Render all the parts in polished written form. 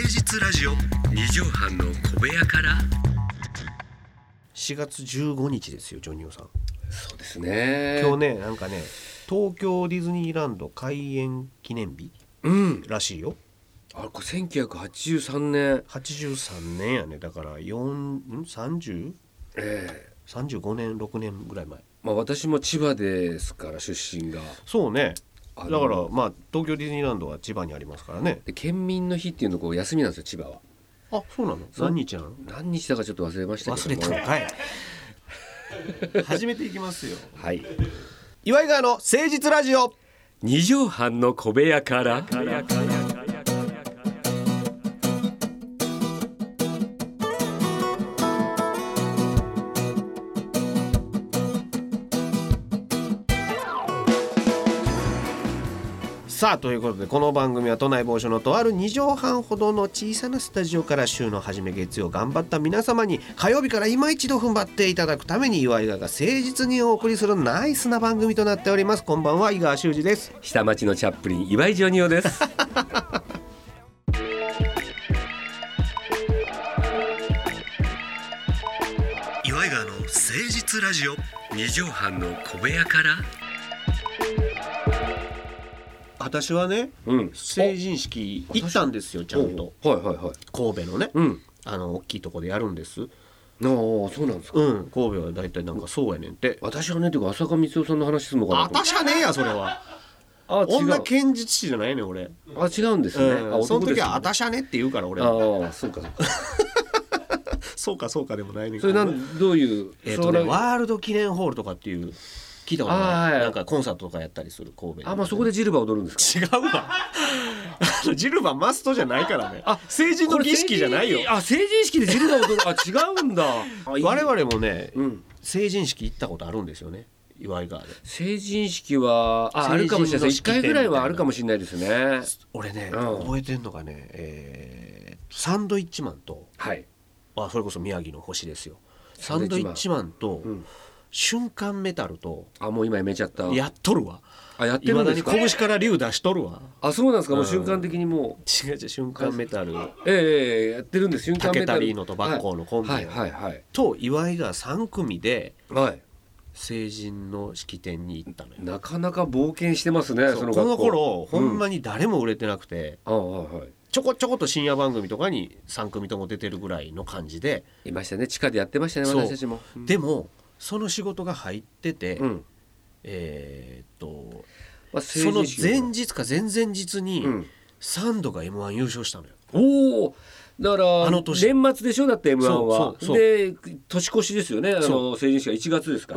実ラジオ二畳半の小部屋から 4月15日ですよジョニオさん。 そうですね。 今日ねなんかね東京ディズニーランド開園記念日らしいよ。 あ、これ1983年。 83年やね。だから30、35年6年ぐらい前。 私も千葉ですから出身が。 そうね。だからまあ東京ディズニーランドは千葉にありますからね。 で県民の日っていうのこう休みなんですよ千葉は。 あ、そうなの。何日なの。 何日だかちょっと忘れましたけども。 忘れたのかい。始めていきますよ。 はい。 岩井川の誠実ラジオ二畳半の小部屋から。 さあということでこの番組は都内某所のとある2畳半ほどの小さなスタジオから週の初め月曜頑張った皆様に火曜日から今一度踏ん張っていただくために岩井川が誠実にお送りするナイスな番組となっております。こんばんは、井川修司です。 下町のチャップリン岩井ジョニオです。 岩井川の誠実ラジオ。 二畳半の小部屋から。 私はね、成人式行ったんですよちゃんと。 はいはいはい。 神戸のね、大きいとこでやるんです。 ああ、そうなんですか。 神戸はだいたいなんかそうやねんって。 私はねてか浅香光代さんの話するのかな。 私はねえやそれは。 あ、違う。 女剣術師じゃないねん俺。 あ、違うんですね。 その時は私はねって言うから俺は。 ああ、そうか。 そうかでもないねんそれどういう、 ワールド記念ホールとかっていう聞いたことない。なんかコンサートとかやったりする神戸で。 まあそこでジルバ踊るんですか。 違うわ。ジルバマストじゃないからね。成人の儀式じゃないよ。 成人式でジルバ踊る。違うんだ。 我々もね、成人式行ったことあるんですよね、岩井川で。 成人式はあるかもしれない。1回ぐらいはあるかもしれないですね。 俺ね、覚えてんのがね、サンドイッチマンと、それこそ宮城の星ですよ。サンドイッチマンと、瞬間メタルと。 もう今やめちゃった。 やっとるわ。 やってるんですか。 拳から竜出しとるわ。 そうなんですか。もう瞬間的にもう。 違う瞬間メタル。 やってるんです。瞬間メタル。 竹田リーノとバッコーのコンビと岩井が3組で成人の式典に行ったのよ。 なかなか冒険してますね。 この頃ほんまに誰も売れてなくて、ちょこちょこと深夜番組とかに3組とも出てるぐらいの感じでいましたね。地下でやってましたね、私たちも。 でもその仕事が入ってて、その前日か前々日にサンドが M1 優勝したのよ。 おお。だから年末でしょ。だって M1 はで年越しですよね。成人式が1月ですから。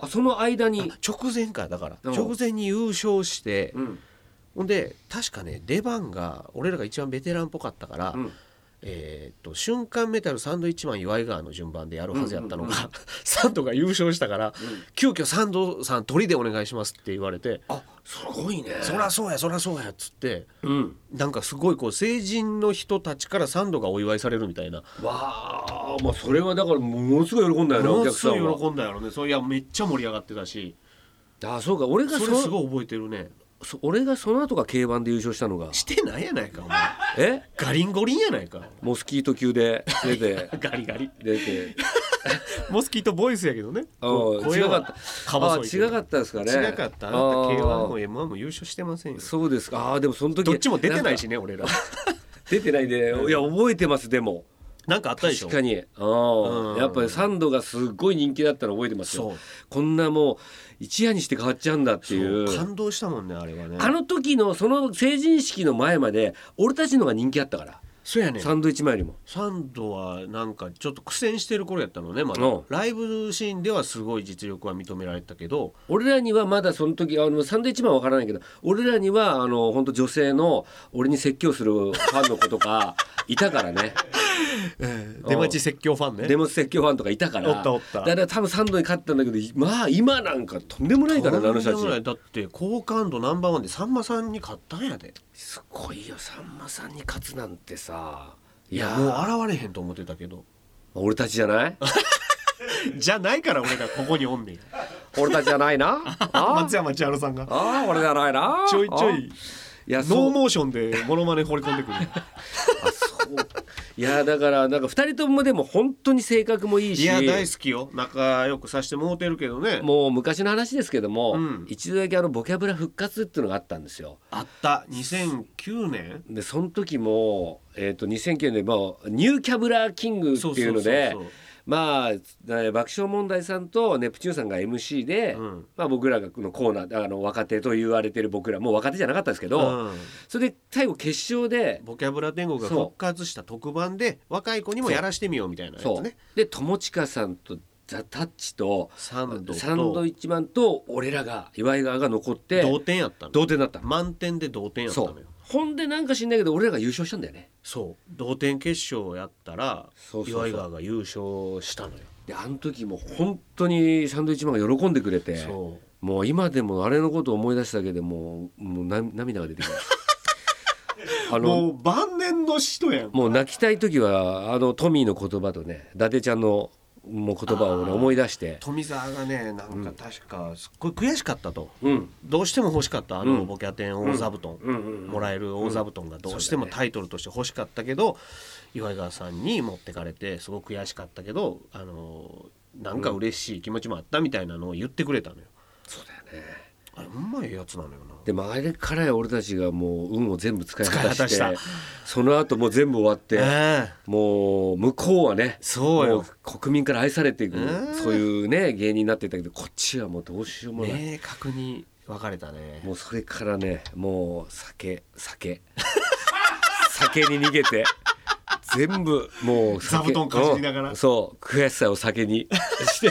その間に直前か。だから直前に優勝して、ほんで確かね出番が俺らが一番ベテランっぽかったから、瞬間メタルサンドイッチマン岩井川の順番でやるはずやったのが、サンドが優勝したから、急遽サンドさん鳥でお願いしますって言われて、 すごいね。 そらそうやっつって、なんかすごいこう成人の人たちからサンドがお祝いされるみたいな。 それはだからものすごい喜んだよね。お客さんはものすごい喜んだよね。いやめっちゃ盛り上がってたし。 そうか。俺がそれすごい覚えてるね。 俺がその後が K1 で優勝したのが。 してないやないかお前。ガリンゴリンやないか。 モスキート級で出てガリガリ出てモスキートボイスやけどね。 違かった。違かったですかね。 違かった。あなた K1 も M1 も優勝してませんよ。 そうですか。でもその時どっちも出てないしね俺ら。 出てないで。いや覚えてます。でもなんかあったでしょ。 確かに。やっぱりサンドがすごい人気だったの覚えてますよ。こんなもう一夜にして変わっちゃうんだっていう。 感動したもんねあれはね。 あの時のその成人式の前まで俺たちのが人気あったから。 そうやね。 サンドイッチマンよりも。 サンドはなんかちょっと苦戦してる頃やったのね。まだライブシーンではすごい実力は認められたけど、 俺らにはまだその時サンドイッチマンは分からないけど、俺らには本当女性の俺に説教するファンの子とかいたからね。 出待ち説教ファンね。 出待ち説教ファンとかいたから。 おった。 だから多分サンドに勝ったんだけど、今なんかとんでもないからね、あの人たち。 だって好感度ナンバーワンでさんまさんに勝ったんやで。 すごいよ。さんまさんに勝つなんてさ。 いやもう現れへんと思ってたけど。 俺たちじゃないじゃないから俺がここにおんねん。 俺たちじゃないな。 松山千春さんが俺じゃないな。 ちょいノーモーションでモノマネ放り込んでくる。 いやだからなんか2人ともでも本当に性格もいいし、 いや大好きよ、仲良くさせてもうてるけどね。 もう昔の話ですけども、一度だけボキャブラ復活っていうのがあったんですよ。 あった2009年でその時も、2009年もニューキャブラキングっていうので、まあ爆笑問題さんとネプチューンさんが MC で、まあ、僕らがのコーナー若手と言われてる僕らもう若手じゃなかったですけど、それで最後決勝でボキャブラ天国が復活した特番で若い子にもやらしてみようみたいなやつね。 で友近さんとザ・タッチとサンドイッチマンと俺らが岩井川が残って同点やったの。 同点だったの。 満点で同点やったのよ。 ほんでなんか知んないけど俺らが優勝したんだよね。 そう同点決勝をやったら岩井川が優勝したのよ。 であの時も本当にサンドイッチマンが喜んでくれて、もう今でもあれのことを思い出しただけでもう涙が出てきますもう晩年の人やん。 もう泣きたい時はトミーの言葉とね伊達ちゃんのもう言葉を、ね、思い出して、 富澤がねなんか確かすっごい悔しかったと、どうしても欲しかったボキャテン大座布団、もらえる大座布団がどうしてもタイトルとして欲しかったけど、岩井川さんに持ってかれてすごく悔しかったけどなんか嬉しい気持ちもあったみたいなのを言ってくれたのよ。 そうだよね。 あれうまいやつなのよな。 でもあれから俺たちがもう運を全部使い果たしてその後もう全部終わって、もう向こうはねそうよ、 もう国民から愛されていく、そういうね芸人になっていたけど、こっちはもうどうしようもない。 明確に分かれたね。 もうそれからねもう酒に逃げて全部もう座布団かじりながら、 そう悔しさを酒にして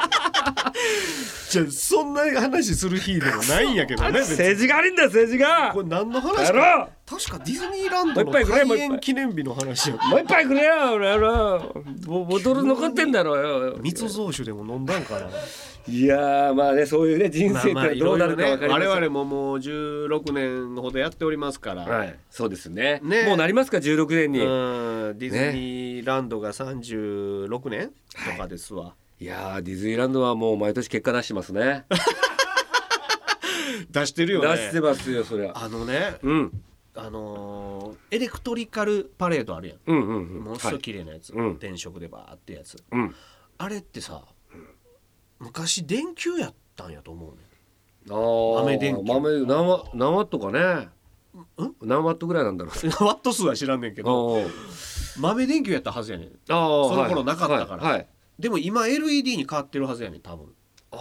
じゃあそんな話する日でもないんやけどね。 政治が悪いんだよ政治が。 これ何の話か。確かディズニーランドの開園記念日の話よ。 もう一杯くれよ俺ボトル残ってんだろうよ。 密造酒でも飲んだんかな。 いやまあねそういうね人生ってどうなるか分かりません。 我々ももう16年ほどやっておりますから、 はい、そうですね。もうなりますか16年に。 ディズニーランドが36年とかですわ。 いやディズニーランドはもう毎年結果出してますね。 出してるよね。 出してますよそれは。 エレクトリカルパレードあるやん、ものすごい綺麗なやつ、電飾でバーってやつ、あれってさ、昔電球やったんやと思うね。豆電球何ワットかね。何ワットぐらいなんだろう。 ワット数は知らんねんけど豆電球やったはずやねん。その頃なかったから、でも今 LED に変わってるはずやねん多分。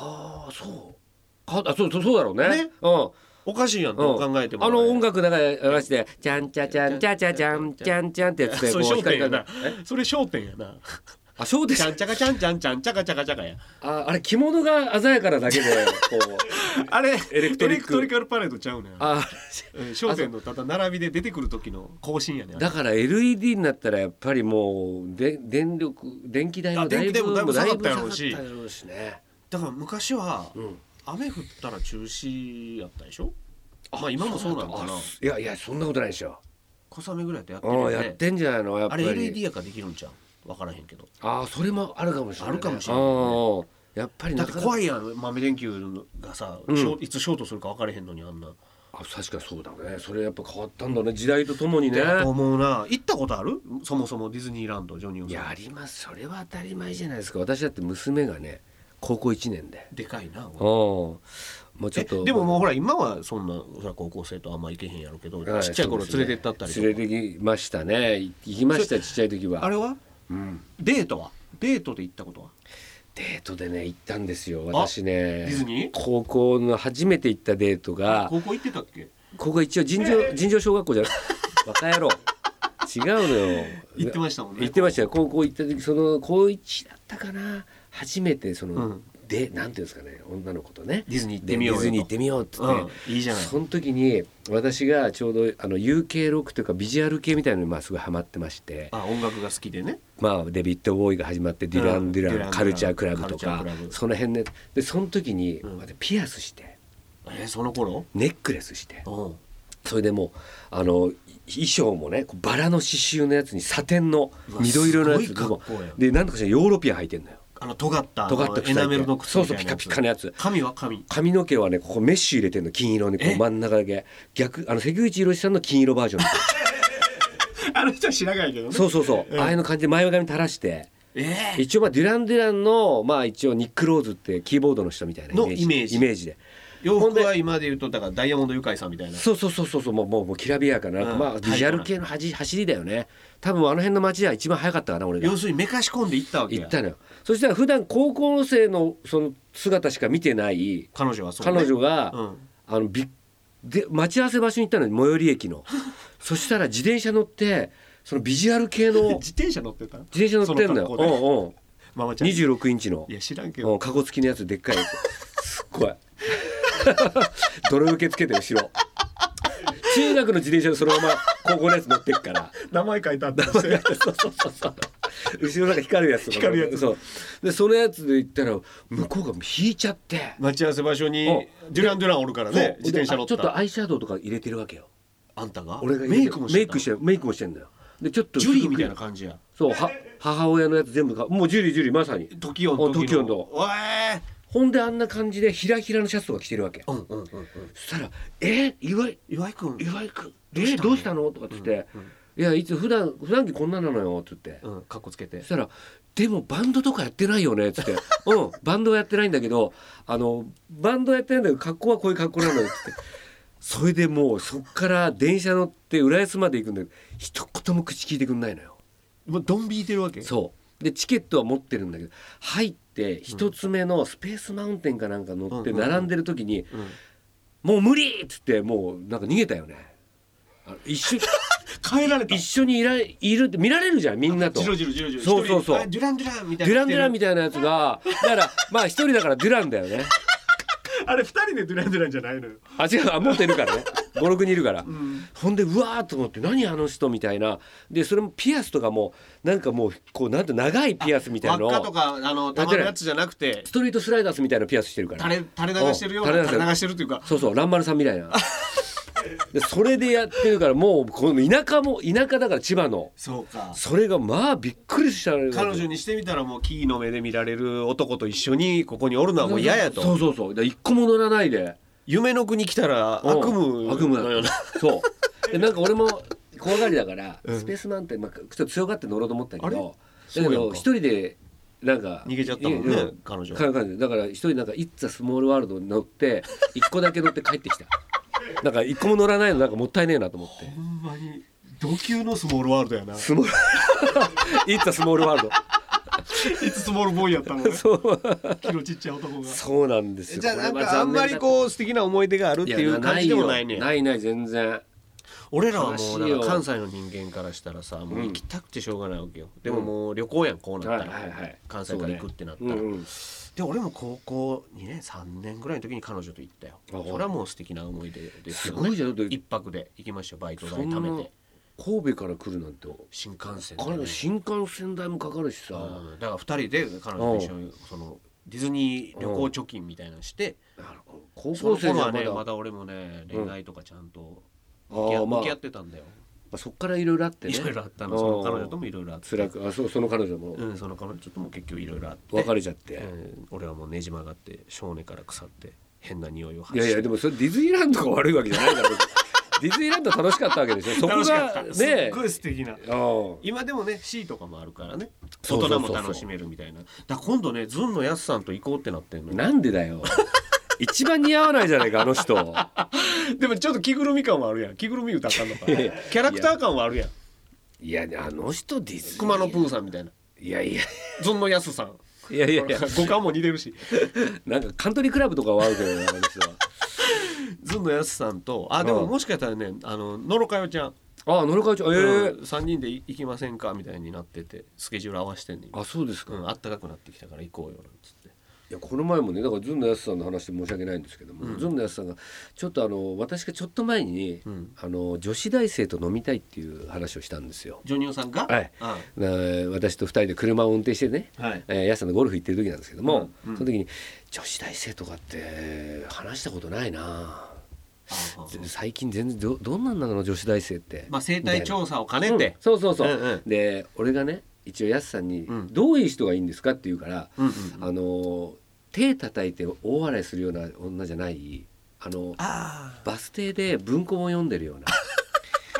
そうだろうね。 おかしいやんどう考えても。 音楽流してチャンチャチャンチャチャチャンチャンチャンってやつでそれ焦点やな。それ焦点やな。 焦点。 チャンチャカチャンチャンチャンチャカチャカチャカや。 あれ着物が鮮やかなだけでこうあれエレクトリカルパレードちゃうねん。焦点のただ並びで出てくる時の更新やねん。 だから LED になったらやっぱりもう電気代もだいぶ下がったやろうしね。 だから昔は雨降ったら中止やったでしょ。今もそうなのかな。 いやそんなことないでしょ。 小雨ぐらいとやってるよね。 やってんじゃないのやっぱり。 あれ LED やからできるんちゃう。分からへんけど。 それもあるかもしれない。 あるかもしれないね。 やっぱりだって怖いやん豆電球がさ、いつショートするか分からへんのにあんな。 確かにそうだね。それやっぱ変わったんだね時代とともにね。 と思うな。行ったことある？そもそもディズニーランドジョニオさん。 いやあります。それは当たり前じゃないですか。私だって娘がね高校1年で。 でかいな。 もうちょっとでももうほら今はそんな高校生とあんま行けへんやろうけど、ちっちゃい頃連れてったったりとか。 連れてきましたね。行きましたちっちゃい時は。 あれは？デートで行ったことは？ デートでね行ったんですよ私ね。 ディズニー？ 高校の初めて行ったデートが。 高校行ってたっけ？ 高校一応尋常小学校じゃなくてバカ野郎違うのよ。 行ってましたもんね。 行ってましたよ。高校行った時その高1だったかな初めてその、でなんていうんですかね女の子とねディズニー行ってみようって言って、 いいじゃない。 その時に私がちょうどUK ロックというかビジュアル系みたいなのにすごいハマってまして、 音楽が好きでね。 デビッド・ボーイが始まってデュラン・デュランカルチャークラブとかその辺でその時にピアスして、 その頃ネックレスして、それでもう衣装もねバラの刺繍のやつにサテンの緑色のやつでなんとかしてヨーロピアン履いてんのよ。 尖ったエナメルの靴みたいなやつ。そうピカピカのやつ。髪の毛はねここメッシュ入れてんの金色にこう真ん中だけ逆関口宏さんの金色バージョンあの人は知らないけどね。 そうそうそう、ああいうの感じで前髪垂らして、一応まあデュラン・デュランのまあ一応ニック・ローズってキーボードの人みたいなイメージで、 洋服は今で言うとだからダイヤモンドユカイさんみたいな。 そうもうきらびやかな、まあビジュアル系の走りだよね。多分あの辺の街は一番早かったかな俺が。 要するにめかし込んでいったわけや。 行ったのよ。そしたら普段高校生のその姿しか見てない彼女が、で待ち合わせ場所に行ったのに最寄り駅のそしたら自転車乗ってそのビジュアル系の自転車乗ってた。 自転車乗ってんのよ。 ママちゃん 26インチの、 いや知らんけど、 カゴ付きのやつでっかいやつすっごい泥受けつけて後ろ中学の自転車でそのまま高校のやつ乗ってっから名前書いてあったんそう後ろなんか光るやつとかそうでそのやつで行ったら向こうが引いちゃって、 待ち合わせ場所にデュラン・デュランおるからね、自転車乗った。 ちょっとアイシャドウとか入れてるわけよ。 あんたが俺がメイクもしてんだよ。でちょっとジュリーみたいな感じや。 そう母親のやつ全部もうジュリーまさに時音ほんであんな感じでひらひらのシャツとか着てるわけ。そしたら岩井くんどうしたのとかって言って、いやいつ普段着こんななのよって言って、 かっこつけて、 そしたらでもバンドとかやってないよねって言ってバンドはやってないんだけどバンドやってないんだけど格好はこういう格好なのよって言ってそれでもうそっから電車乗って浦安まで行くんだけど一言も口聞いてくんないのよ。 もうドン引いてるわけ。 そうでチケットは持ってるんだけど入って一つ目のスペースマウンテンかなんか乗って並んでる時に、もう無理っつってもうなんか逃げたよね。一緒帰られた。 一緒にいるって見られるじゃんみんなと。 そうデュランみたいなやつがだからまあ一人だからデュランだよねあれ2人でデュランデュランじゃないのよ。 違う、もっといるからね5、6人いるから、ほんでうわーっと思って何あの人みたいなで、それもピアスとかもなんかもうこうなんて長いピアスみたいなの輪っかとかたまるやつじゃなくてストリートスライダースみたいなピアスしてるから垂れ流してるような垂れ流してるっていうか、 そうランマルさんみたいなでそれでやってるからもうこの田舎だから千葉のそうか、 それがまあびっくりした。 彼女にしてみたらもうキーの目で見られる男と一緒にここにおるのはもう嫌やと。 そう一個も乗らないで夢の国来たら悪夢のようなそうでなんか俺も怖がりだから、スペースマウンテン、ちょっと強がって乗ろうと思ったけどだけど一人でなんか逃げちゃったもんね、彼女だから一人なんかイッツァスモールワールドに乗って一個だけ乗って帰ってきたなんか一個も乗らないのなんかもったいねえなと思って。 ほんまにド級のスモールワールドやな。 スモールイッツァスモールワールドいつスモールボーイやったのね。 そうキロちっちゃい男が。 そうなんですよ。 じゃあなんかあんまりこう素敵な思い出があるっていう感じでもないね。 ない全然。 俺らはもうなんか関西の人間からしたらさ、もう行きたくてしょうがないわけよ。でももう旅行やんこうなったら、関西から行くってなったら。で俺も高校2年3年ぐらいの時に彼女と行ったよ。それはもう素敵な思い出ですよね。 すごいじゃん。 一泊で行きましたよ、バイト代貯めて。 神戸から来るなんて新幹線で、新幹線代もかかるしさ、 だから2人で彼女と一緒にそのディズニー旅行貯金みたいなのして、高校生はねまだ俺もね恋愛とかちゃんと向き合ってたんだよ。 そっからいろいろあってね。 いろいろあったの。その彼女ともいろいろあって辛くその彼女も、 その彼女とも結局いろいろあって別れちゃって、 俺はもうねじ曲がって少年から腐って変な匂いを発して。 いやでもそれディズニーランドが悪いわけじゃないからディズニーランド楽しかったわけでしょ。そこがねすっごい素敵な。今でもね C とかもあるからね、大人も楽しめるみたいな。だ今度ねずんのやすさんと行こうってなってんの。 なんでだよ一番似合わないじゃないかあの人でもちょっと着ぐるみ感はあるやん。着ぐるみ歌ったんのかキャラクター感はあるやん。 いやあの人ディズニー熊野プーさんみたいな。 いやずんのやすさん。 いや五感も似てるしなんかカントリークラブとかはあるけどねあの人はずんのやすさんとでももしかしたらね野呂佳代ちゃん野呂佳代ちゃん 3人で行きませんかみたいになっててスケジュール合わせてんねん。 そうですか。 あったかくなってきたから行こうよなんつって。 いやこの前もねだからずんのやすさんの話で申し訳ないんですけども、ずんのやすさんがちょっと私がちょっと前に、女子大生と飲みたいっていう話をしたんですよ。 ジョニオさんが、 私と2人で車を運転してね、やすさんのゴルフ行ってる時なんですけども、その時に女子大生とかって話したことないな、最近全然どんなんなの女子大生って、 生態調査を兼ねて、 そう、で俺がね一応やすさんにどういう人がいいんですかって言うから、手叩いて大笑いするような女じゃないバス停で文庫本読んでるような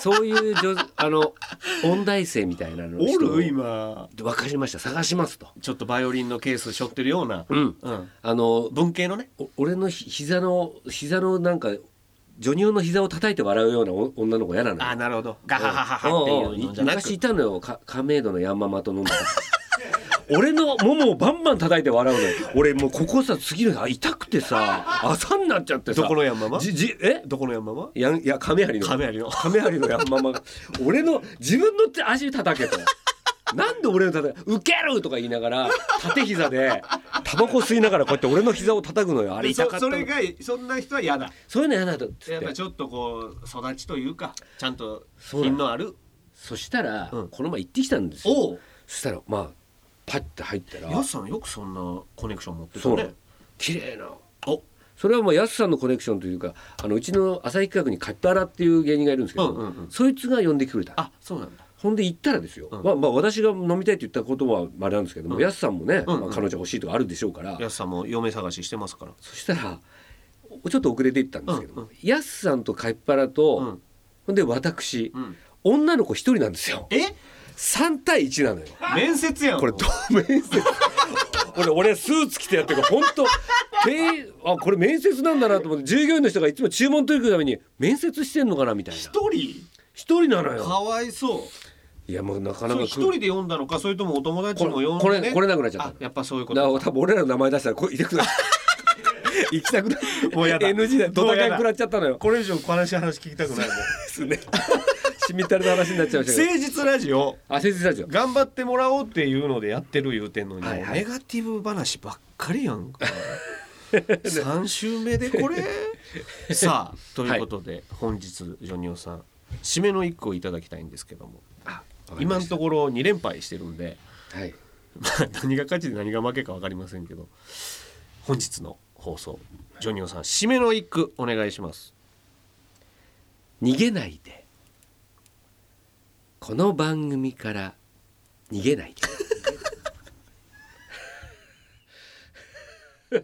そういう音大生みたいなのおる今分かりました、探しますと。 ちょっとバイオリンのケース背負ってるような、文系のね、 俺の膝のなんかジョニオの膝を叩いて笑うような女の子嫌なのよ。 あ、なるほど。ガハハハハっていうのじゃなく、 昔いたのよ、亀戸のヤンママと飲んで俺のももをバンバン叩いて笑うのよ。俺もうここさ、次の日痛くてさ、朝になっちゃってさ。 どこのヤンママ？どこのヤンママ？ いや亀有のヤンママが俺の自分の足叩けとなんで俺の叩く、ウケるとか言いながら縦膝でタバコ吸いながらこうやって俺の膝を叩くのよ。あれ痛かった。 それがそんな人は嫌だ。 そういうの嫌だとっやっぱちょっとこう育ちというかちゃんと品のある。 そしたら、この前行ってきたんですよ。そしたらまあパッて入ったら、 やすさんよくそんなコネクション持ってたね。 綺麗な。それはもうやすさんのコネクションというか、うちの朝日企画にカッパラっていう芸人がいるんですけど、そいつが呼んでくれた。 あ、そうなんだ。 ほんで行ったらですよ、私が飲みたいって言ったことはあれなんですけども、やすさんもね、彼女欲しいとかあるでしょうから、 やすさんも嫁探ししてますから。 そしたらちょっと遅れて行ったんですけども、やすさんとカッパラと、ほんで私、女の子一人なんですよ。3対1なのよ。 面接やんこれ。面接俺スーツ着てやってるから本当これ面接なんだなと思って、従業員の人がいつも注文取りに行くために面接してんのかなみたいな。一人なのよ。 かわいそう。 いやもうなかなか一人で読んだのか、それともお友達も読んでね。 来れなくなっちゃった。 やっぱそういうこと。 多分俺らの名前出したらこれいてくれ行きたくない。 もうやだ。 NG でドタキャン食らっちゃったのよ。 これ以上話聞きたくないもんですね。しみったれた話になっちゃいましたけど。 誠実ラジオ。 誠実ラジオ。 頑張ってもらおうっていうのでやってる言うてんのに、ネガティブ話ばっかりやんか。3週目でこれさあということで、本日ジョニオさん締めの一句をいただきたいんですけども、今のところ2連敗してるんで、何が勝ちで何が負けか分かりませんけど、本日の放送ジョニオさん締めの一句お願いします。 逃げないで、この番組から逃げないで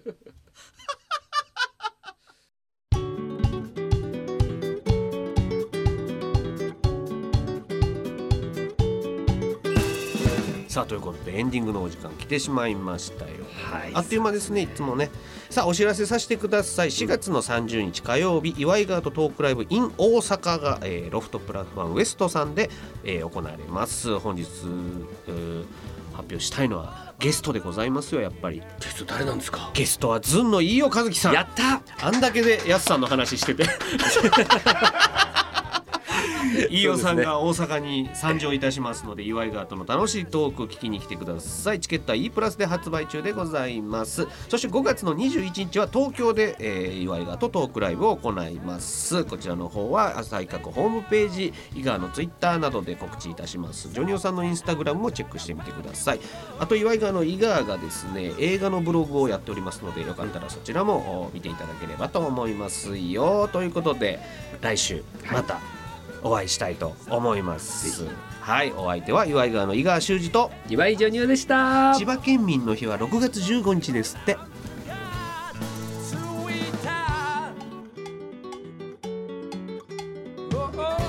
さあということでエンディングのお時間来てしまいましたよ。あっという間ですね、いつもね。さあお知らせさせてください。4月の30日火曜日、岩井川とトークライブ in 大阪が、ロフトプラスワンウエストさんで、行われます。本日発表したいのはゲストでございますよ。やっぱりゲスト誰なんですか？ ゲストはずんの飯尾和樹さん。 やった。 あんだけでやすさんの話してて飯尾さんが大阪に参上いたしますので、岩井川との楽しいトークを聞きに来てください。チケットは E プラスで発売中でございます。そして5月の21日は東京で、岩井川とトークライブを行います。こちらの方は朝日各ホームページ、井川のツイッターなどで告知いたします。ジョニオさんのインスタグラムもチェックしてみてください。あと岩井川の井川がですね、映画のブログをやっておりますので、よかったらそちらも見ていただければと思いますよ。ということで来週また、お会いしたいと思います。はい、お相手は岩井川の井川修司と岩井ジョニオでした。 千葉県民の日は6月15日ですって。 Oh